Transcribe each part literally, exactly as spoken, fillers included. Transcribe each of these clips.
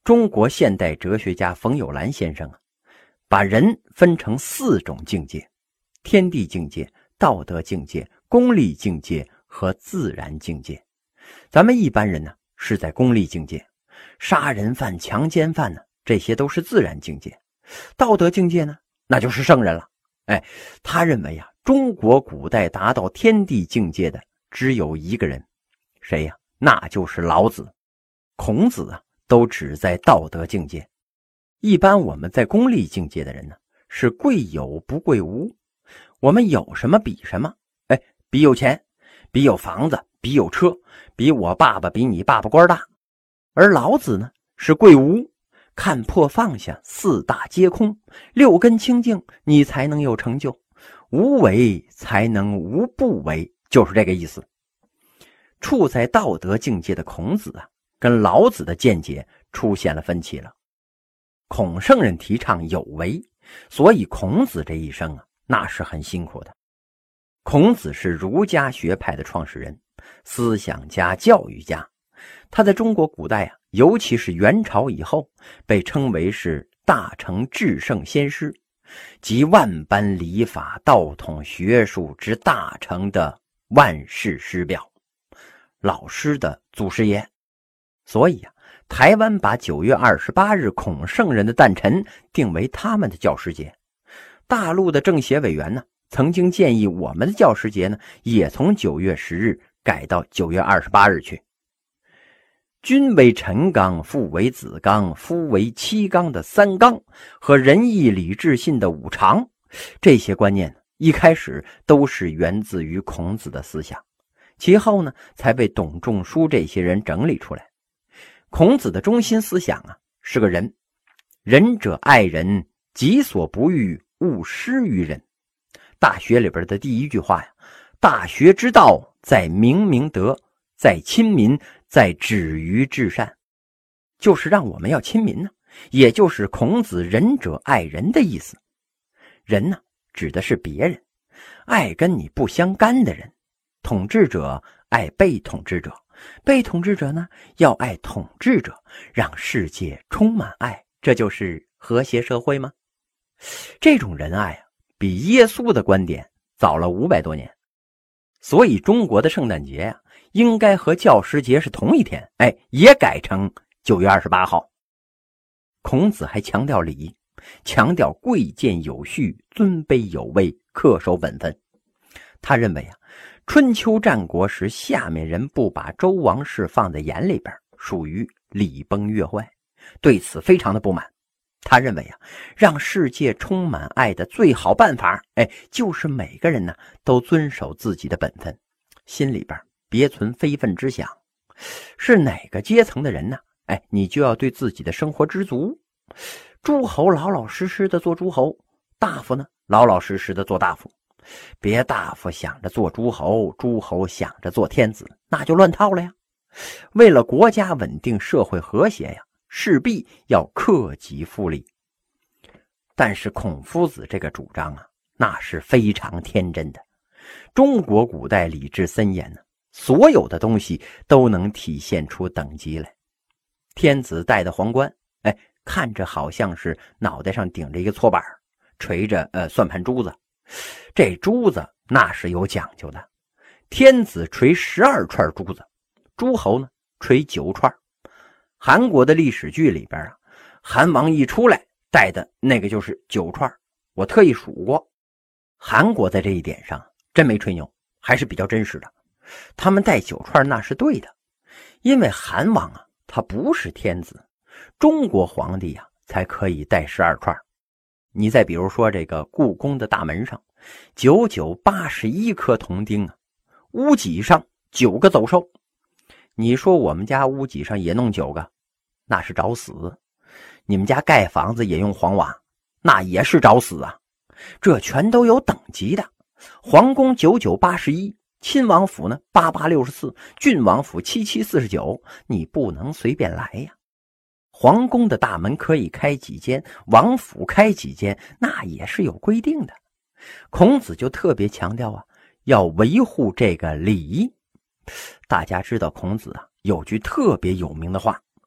中国现代哲学家冯友兰先生啊，把人分成四种境界：天地境界、道德境界、功利境界和自然境界。咱们一般人呢是在功利境界，杀人犯、强奸犯呢，这些都是自然境界。道德境界呢，那就是圣人了。哎，他认为啊，中国古代达到天地境界的只有一个人，谁呀？那就是老子。孔子啊，都只在道德境界。一般我们在功利境界的人呢，是贵有不贵无。我们有什么比什么，哎，比有钱，比有房子，比有车，比我爸爸比你爸爸官大。而老子呢，是贵无，看破放下，四大皆空，六根清净，你才能有成就。无为才能无不为，就是这个意思。处在道德境界的孔子啊，跟老子的见解出现了分歧了。孔圣人提倡有为，所以孔子这一生啊，那是很辛苦的。孔子是儒家学派的创始人，思想家、教育家。他在中国古代啊，尤其是元朝以后，被称为是大成至圣先师，集万般礼法、道统学术之大成的万世师表，老师的祖师爷。所以啊，台湾把九月二十八日孔圣人的诞辰定为他们的教师节。大陆的政协委员呢，曾经建议我们的教师节呢，也从九月十日改到九月二十八日去。君为臣纲，父为子纲，夫为妻纲的三纲和仁义礼智信的五常，这些观念一开始都是源自于孔子的思想，其后呢才被董仲舒这些人整理出来。孔子的中心思想啊，是个人，仁者爱人，己所不欲，勿施于人。大学里边的第一句话呀，大学之道在明明德，在亲民，在止于至善，就是让我们要亲民呢，也就是孔子仁者爱人的意思。人呢，指的是别人，爱跟你不相干的人。统治者爱被统治者，被统治者呢，要爱统治者，让世界充满爱，这就是和谐社会吗？这种仁爱啊，比耶稣的观点早了五百多年。所以中国的圣诞节啊，应该和教师节是同一天，哎，也改成九月二十八号。孔子还强调礼，强调贵贱有序，尊卑有位，恪守本分。他认为啊，春秋战国时下面人不把周王室放在眼里边，属于礼崩乐坏，对此非常的不满。他认为啊，让世界充满爱的最好办法，哎，就是每个人呢都遵守自己的本分，心里边别存非分之想。是哪个阶层的人呢？哎，你就要对自己的生活知足。诸侯老老实实的做诸侯，大夫呢老老实实的做大夫。别大夫想着做诸侯，诸侯想着做天子，那就乱套了呀。为了国家稳定，社会和谐呀，势必要克己复礼。但是孔夫子这个主张啊，那是非常天真的。中国古代礼制森严呢，所有的东西都能体现出等级来。天子戴的皇冠，哎，看着好像是脑袋上顶着一个搓板，垂着呃算盘珠子。这珠子那是有讲究的，天子垂十二串珠子，诸侯呢垂九串。韩国的历史剧里边啊，韩王一出来戴的那个就是九串，我特意数过。韩国在这一点上真没吹牛，还是比较真实的。他们戴九串那是对的，因为韩王啊他不是天子，中国皇帝啊才可以戴十二串。你再比如说这个故宫的大门上九九八十一颗铜钉啊，屋脊上九个走兽。你说我们家屋脊上也弄九个，那是找死。你们家盖房子也用黄瓦，那也是找死啊。这全都有等级的。皇宫九九八十一，亲王府呢八八六十四，郡王府七七四十九，你不能随便来呀。皇宫的大门可以开几间，王府开几间，那也是有规定的。孔子就特别强调啊，要维护这个礼。大家知道孔子啊有句特别有名的话，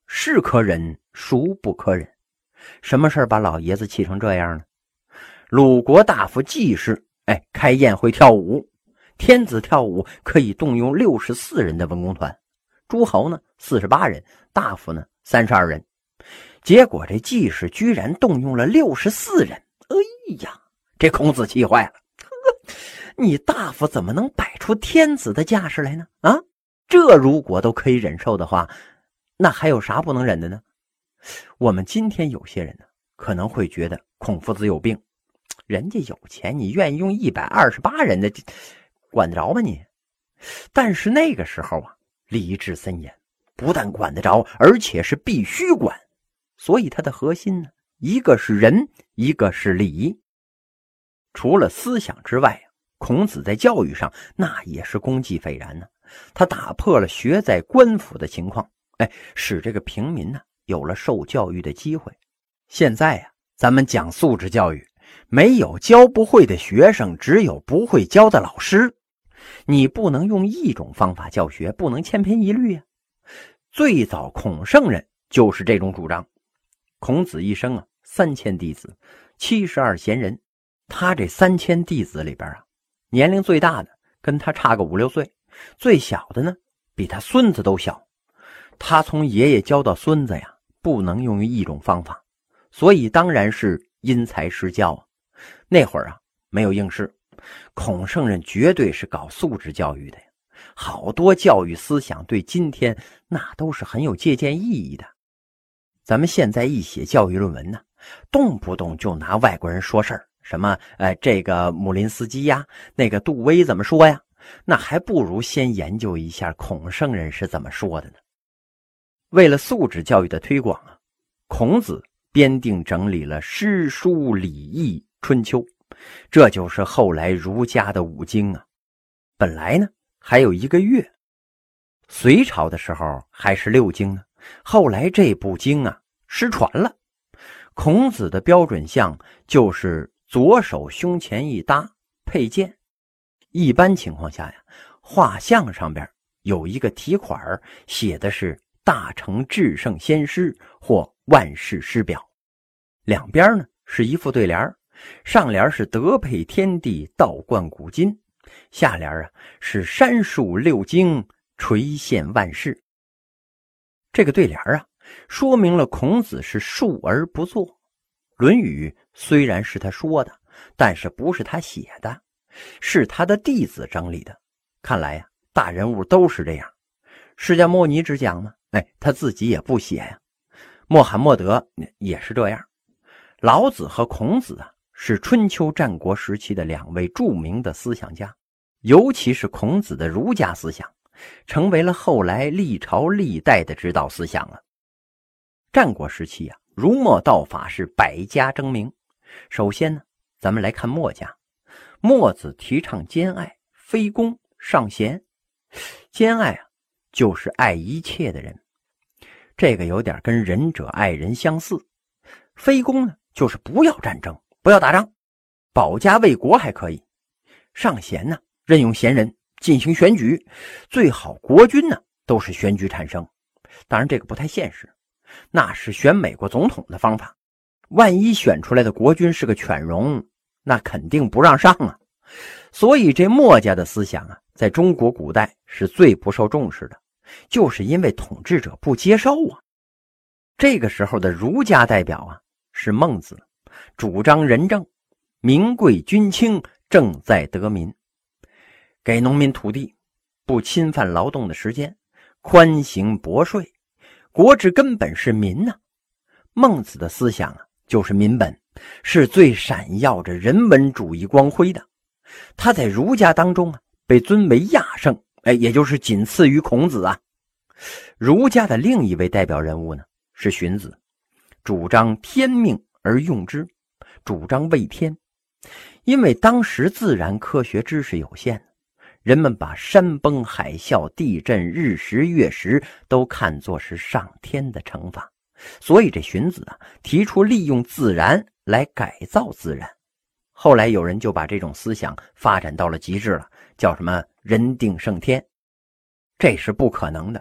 是可忍，孰不可忍？什么事儿把老爷子气成这样呢？鲁国大夫季氏，哎，开宴会跳舞，天子跳舞可以动用六十四人的文工团，诸侯呢四十八人，大夫呢三十二人。结果这季氏居然动用了六十四人，哎呀，这孔子气坏了。你大夫怎么能摆出天子的架势来呢？啊，这如果都可以忍受的话，那还有啥不能忍的呢？我们今天有些人呢，可能会觉得孔夫子有病，人家有钱，你愿意用一百二十八人的，管得着吗你？但是那个时候啊，礼制森严，不但管得着，而且是必须管。所以它的核心呢，一个是仁，一个是礼。除了思想之外，孔子在教育上那也是功绩斐然呢。他打破了学在官府的情况，哎，使这个平民呢有了受教育的机会。现在啊，咱们讲素质教育，没有教不会的学生，只有不会教的老师。你不能用一种方法教学，不能千篇一律啊。最早孔圣人就是这种主张。孔子一生啊，三千弟子，七十二贤人。他这三千弟子里边啊，年龄最大的跟他差个五六岁，最小的呢比他孙子都小。他从爷爷教到孙子呀，不能用于一种方法，所以当然是因材施教啊。那会儿啊，没有应试，孔圣人绝对是搞素质教育的呀。好多教育思想对今天那都是很有借鉴意义的。咱们现在一写教育论文呢，动不动就拿外国人说事儿，什么呃，这个姆林斯基呀，那个杜威怎么说呀？那还不如先研究一下孔圣人是怎么说的呢。为了素质教育的推广啊，孔子编定整理了诗书礼义春秋，这就是后来儒家的五经啊。本来呢还有一个月，隋朝的时候还是六经呢，后来这部经啊失传了。孔子的标准项就是左手胸前一搭佩剑。一般情况下呀，画像上边有一个题款，写的是大成至圣先师或万世师表，两边呢是一副对联，上联是德配天地道贯古今，下联啊是山树六经垂现万世。这个对联啊说明了孔子是述而不作。论语虽然是他说的，但是不是他写的，是他的弟子整理的。看来呀，大人物都是这样。释迦牟尼只讲吗？哎，他自己也不写呀。穆罕默德也是这样。老子和孔子啊，是春秋战国时期的两位著名的思想家，尤其是孔子的儒家思想，成为了后来历朝历代的指导思想了。战国时期啊，儒墨道法是百家争鸣。首先呢，咱们来看墨家。墨子提倡兼爱，非攻尚贤。兼爱啊，就是爱一切的人，这个有点跟仁者爱人相似。非攻呢，就是不要战争，不要打仗，保家卫国还可以。尚贤呢，任用贤人进行选举，最好国君呢都是选举产生。当然这个不太现实，那是选美国总统的方法，万一选出来的国君是个犬戎，那肯定不让上啊。所以这墨家的思想啊，在中国古代是最不受重视的，就是因为统治者不接受啊。这个时候的儒家代表啊是孟子，主张仁政，民贵君轻，政在得民，给农民土地，不侵犯劳动的时间，宽刑薄税，国之根本是民呐、啊。孟子的思想啊就是民本，是最闪耀着人文主义光辉的。他在儒家当中啊被尊为亚圣，哎，也就是仅次于孔子啊。儒家的另一位代表人物呢是荀子，主张天命而用之，主张为天。因为当时自然科学知识有限，人们把山崩海啸地震日食月食都看作是上天的惩罚，所以这荀子啊提出利用自然来改造自然。后来有人就把这种思想发展到了极致了，叫什么人定胜天。这是不可能的，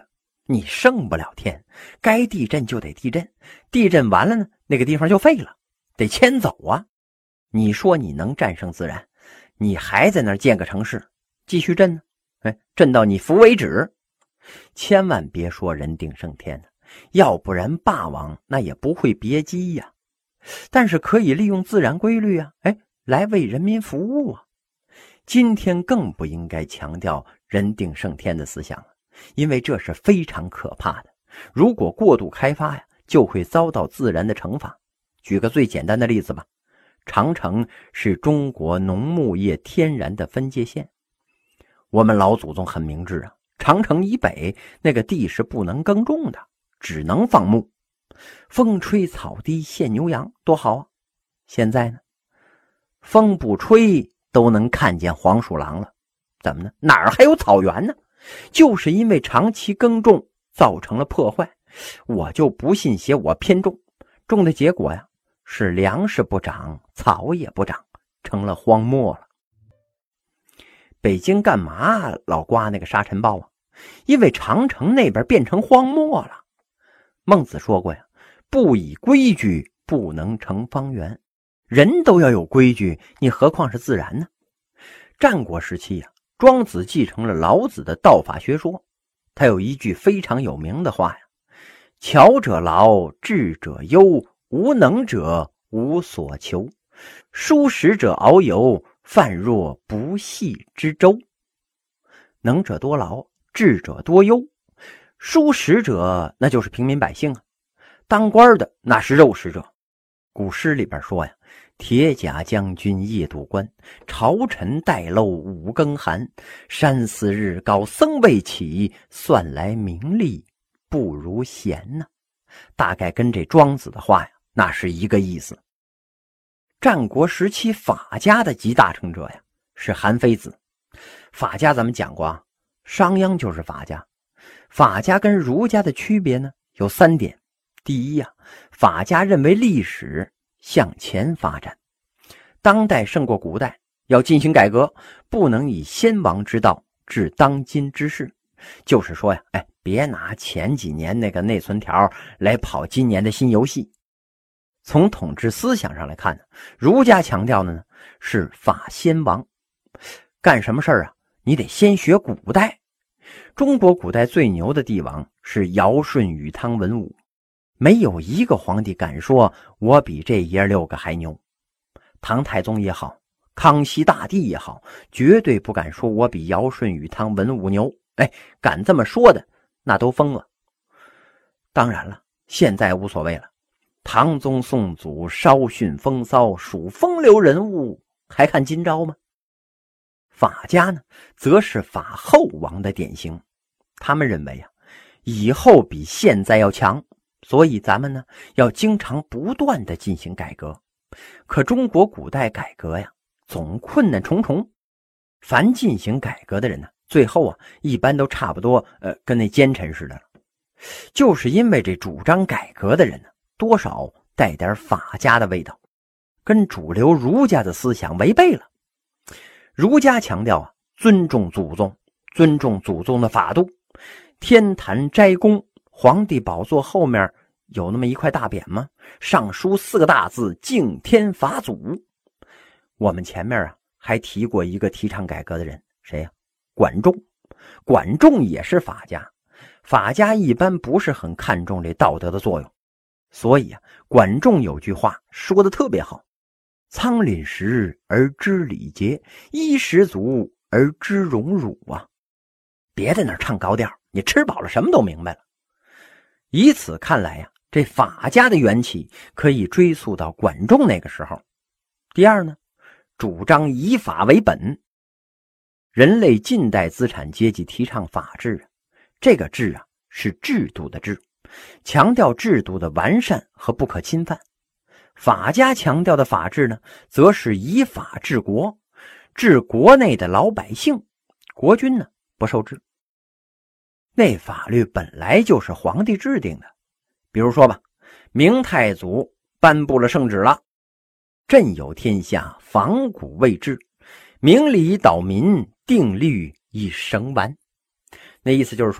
你胜不了天，该地震就得地震，地震完了呢，那个地方就废了，得迁走啊。你说你能战胜自然，你还在那儿建个城市继续震呢？哎，震到你服为止。千万别说人定胜天呢，要不然霸王那也不会别姬呀。但是可以利用自然规律啊，哎，来为人民服务啊。今天更不应该强调人定胜天的思想了，因为这是非常可怕的。如果过度开发呀，就会遭到自然的惩罚。举个最简单的例子吧，长城是中国农牧业天然的分界线。我们老祖宗很明智啊，长城以北那个地是不能耕种的，只能放牧。风吹草低见牛羊，多好啊！现在呢，风不吹都能看见黄鼠狼了，怎么呢？哪儿还有草原呢？就是因为长期耕种造成了破坏。我就不信邪我偏种，种的结果呀，是粮食不长，草也不长，成了荒漠了。北京干嘛老刮那个沙尘暴啊？因为长城那边变成荒漠了。孟子说过呀，不以规矩，不能成方圆。人都要有规矩，你何况是自然呢？战国时期呀，庄子继承了老子的道法学说，他有一句非常有名的话呀：巧者劳，智者忧，无能者无所求，疏食者遨游，泛若不系之舟。能者多劳，智者多忧，疏食者那就是平民百姓啊，当官的那是肉食者。古诗里边说呀，铁甲将军夜渡关，朝臣待漏五更寒，山寺日高僧未起，算来名利不如闲呢。大概跟这庄子的话呀，那是一个意思。战国时期法家的集大成者呀，是韩非子。法家咱们讲过啊，商鞅就是法家。法家跟儒家的区别呢，有三点。第一呀，法家认为历史向前发展，当代胜过古代，要进行改革，不能以先王之道治当今之事。就是说呀，哎，别拿前几年那个内存条来跑今年的新游戏。从统治思想上来看呢，儒家强调的呢是法先王，干什么事儿啊，你得先学古代。中国古代最牛的帝王是尧舜禹汤文武，没有一个皇帝敢说我比这爷六个还牛。唐太宗也好，康熙大帝也好，绝对不敢说我比尧舜禹汤文武牛。哎，敢这么说的那都疯了。当然了，现在无所谓了，唐宗宋祖稍逊风骚，属风流人物，还看今朝吗？法家呢，则是法后王的典型。他们认为啊，以后比现在要强，所以咱们呢要经常不断的进行改革。可中国古代改革呀，总困难重重。凡进行改革的人呢，最后啊，一般都差不多呃，跟那奸臣似的了。就是因为这主张改革的人呢，多少带点法家的味道，跟主流儒家的思想违背了。儒家强调啊，尊重祖宗，尊重祖宗的法度。天坛斋宫，皇帝宝座后面有那么一块大匾吗？上书四个大字：敬天法祖。我们前面啊还提过一个提倡改革的人，谁呀、啊？管仲。管仲也是法家。法家一般不是很看重这道德的作用，所以啊，管仲有句话说的特别好：仓廪实而知礼节，衣食足而知荣辱啊。别在那儿唱高调，你吃饱了什么都明白了。以此看来呀、啊，这法家的缘起可以追溯到管仲那个时候。第二呢，主张以法为本。人类近代资产阶级提倡法治，这个治啊是制度的治，强调制度的完善和不可侵犯。法家强调的法治呢，则是以法治国，治国内的老百姓，国君呢不受制。那法律本来就是皇帝制定的，比如说吧，明太祖颁布了圣旨了：朕有天下，仿古未治，明理导民，定律以绳完。那意思就是说呀，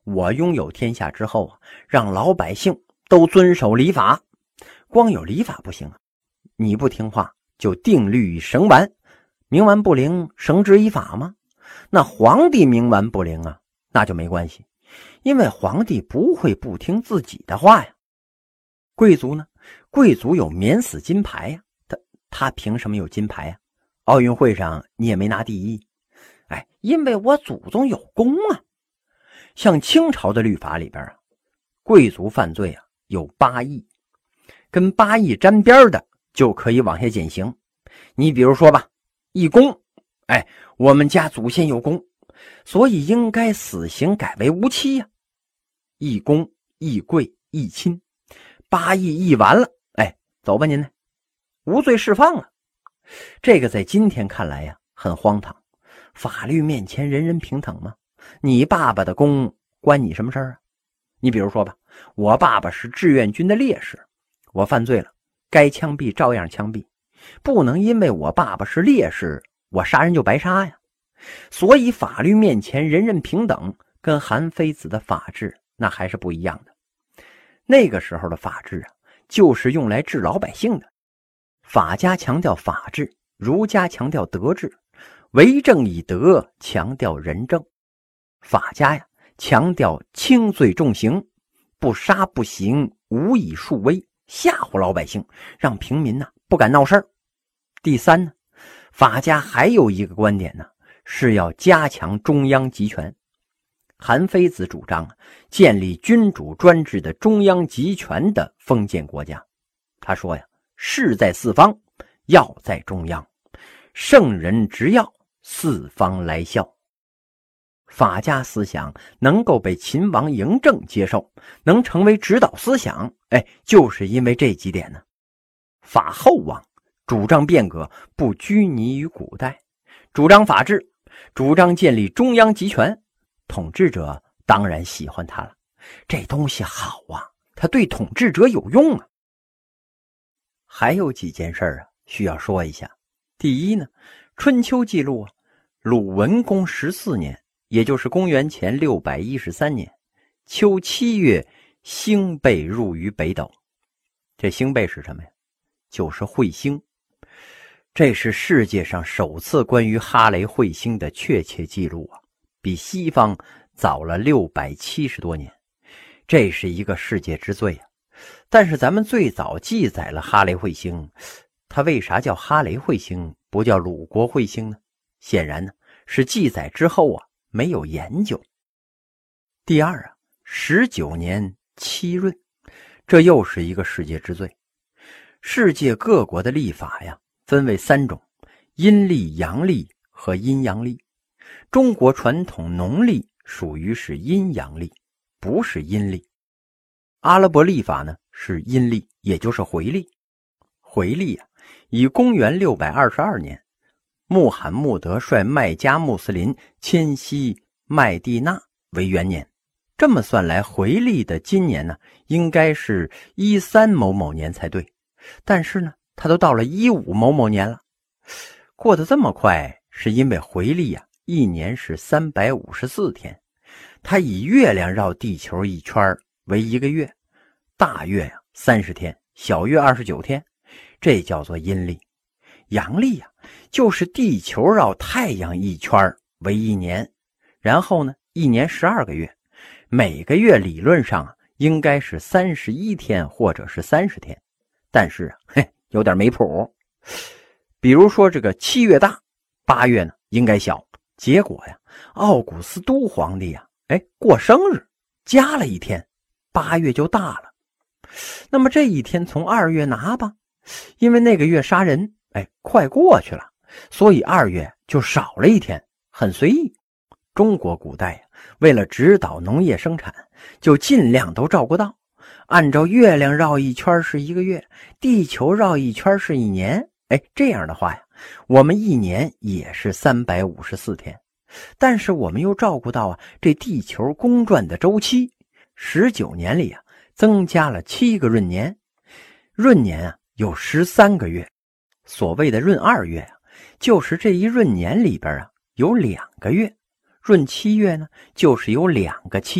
我拥有天下之后啊，让老百姓都遵守礼法。光有礼法不行啊，你不听话就定律绳完，冥顽不灵，绳之以法吗？那皇帝冥顽不灵啊，那就没关系，因为皇帝不会不听自己的话呀。贵族呢，贵族有免死金牌呀，他他凭什么有金牌呀？奥运会上你也没拿第一，哎，因为我祖宗有功啊。像清朝的律法里边啊，贵族犯罪啊有八义，跟八义沾边的就可以往下减刑。你比如说吧，义公，哎，我们家祖先有功，所以应该死刑改为无期呀、啊。义公、义贵、义亲，八义义完了，哎，走吧您呢，无罪释放了。这个在今天看来呀，很荒唐。法律面前人人平等吗？你爸爸的功关你什么事儿啊？你比如说吧，我爸爸是志愿军的烈士，我犯罪了，该枪毙照样枪毙，不能因为我爸爸是烈士，我杀人就白杀呀。所以法律面前人人平等，跟韩非子的法治那还是不一样的。那个时候的法治啊，就是用来治老百姓的。法家强调法治，儒家强调德治，为政以德，强调仁政。法家呀，强调轻罪重刑，不杀不行，无以树威，吓唬老百姓，让平民呢不敢闹事儿。第三呢，法家还有一个观点呢，是要加强中央集权。韩非子主张啊，建立君主专制的中央集权的封建国家。他说呀，势在四方，要在中央，圣人执要，四方来效。法家思想能够被秦王嬴政接受，能成为指导思想，哎，就是因为这几点呢。法后王主张变革，不拘泥于古代，主张法治，主张建立中央集权，统治者当然喜欢他了，这东西好啊，它对统治者有用啊。还有几件事啊需要说一下。第一呢，春秋记录啊，鲁文公十四年，也就是公元前六百一十三年，秋七月，星贝入于北斗。这星贝是什么呀？就是彗星。这是世界上首次关于哈雷彗星的确切记录啊，比西方早了六百七十多年。这是一个世界之最啊。但是咱们最早记载了哈雷彗星，它为啥叫哈雷彗星，不叫鲁国彗星呢？显然呢，是记载之后啊没有研究。第二啊，十九年七闰，这又是一个世界之最。世界各国的历法呀，分为三种：阴历、阳历和阴阳历。中国传统农历属于是阴阳历，不是阴历。阿拉伯历法呢是阴历，也就是回历。回历啊，以公元六百二十二年，穆罕默德率麦加穆斯林迁徙麦地那为元年。这么算来，回历的今年呢，应该是一三某某年才对。但是呢，它都到了一五某某年了。过得这么快，是因为回历啊，一年是三百五十四天，它以月亮绕地球一圈为一个月，大月呀、啊、三十天，小月二十九天，这叫做阴历。阳历啊，就是地球绕太阳一圈为一年，然后呢，一年十二个月，每个月理论上啊应该是三十一天或者是三十天，但是啊，嘿，有点没谱。比如说这个七月大，八月呢应该小，结果呀，奥古斯都皇帝啊，哎，过生日加了一天，八月就大了。那么这一天从二月拿吧，因为那个月杀人，哎，快过去了，所以二月就少了一天，很随意。中国古代呀，为了指导农业生产，就尽量都照顾到，按照月亮绕一圈是一个月，地球绕一圈是一年。哎，这样的话呀，我们一年也是三百五十四天，但是我们又照顾到啊，这地球公转的周期，十九年里啊，增加了七个闰年，闰年啊有十三个月。所谓的闰二月啊，就是这一闰年里边啊有两个月，闰七月呢，就是有两个七月，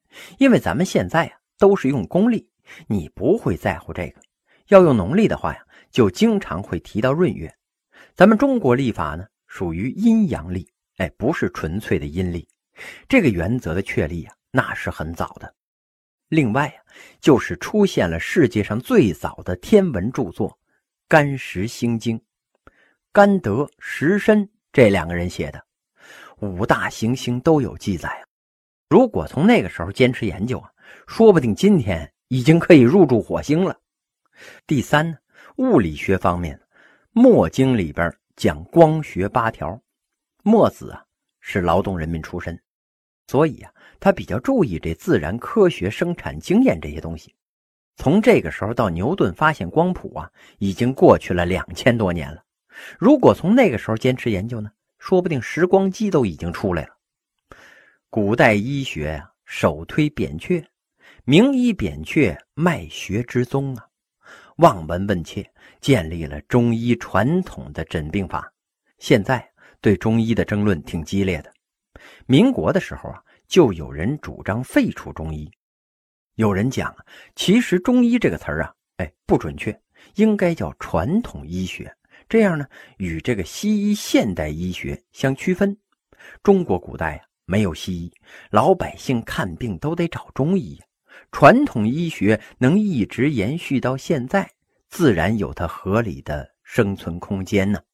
因为咱们现在啊都是用公历，你不会在乎这个。要用农历的话呀，就经常会提到闰月。咱们中国历法呢，属于阴阳历，哎，不是纯粹的阴历。这个原则的确立啊，那是很早的。另外啊，就是出现了世界上最早的天文著作《干石星经》，甘德、石申这两个人写的，五大行星都有记载啊。如果从那个时候坚持研究啊，说不定今天已经可以入驻火星了。第三呢，物理学方面，墨经里边讲光学八条。墨子啊是劳动人民出身，所以啊他比较注意这自然科学生产经验这些东西。从这个时候到牛顿发现光谱啊，已经过去了两千多年了。如果从那个时候坚持研究呢，说不定时光机都已经出来了。古代医学啊，首推扁鹊，名医扁鹊，脉学之宗啊。望闻问切，建立了中医传统的诊病法。现在对中医的争论挺激烈的。民国的时候啊，就有人主张废除中医。有人讲啊，其实中医这个词儿啊，哎，不准确，应该叫传统医学。这样呢，与这个西医现代医学相区分。中国古代啊，没有西医，老百姓看病都得找中医。传统医学能一直延续到现在，自然有它合理的生存空间呢。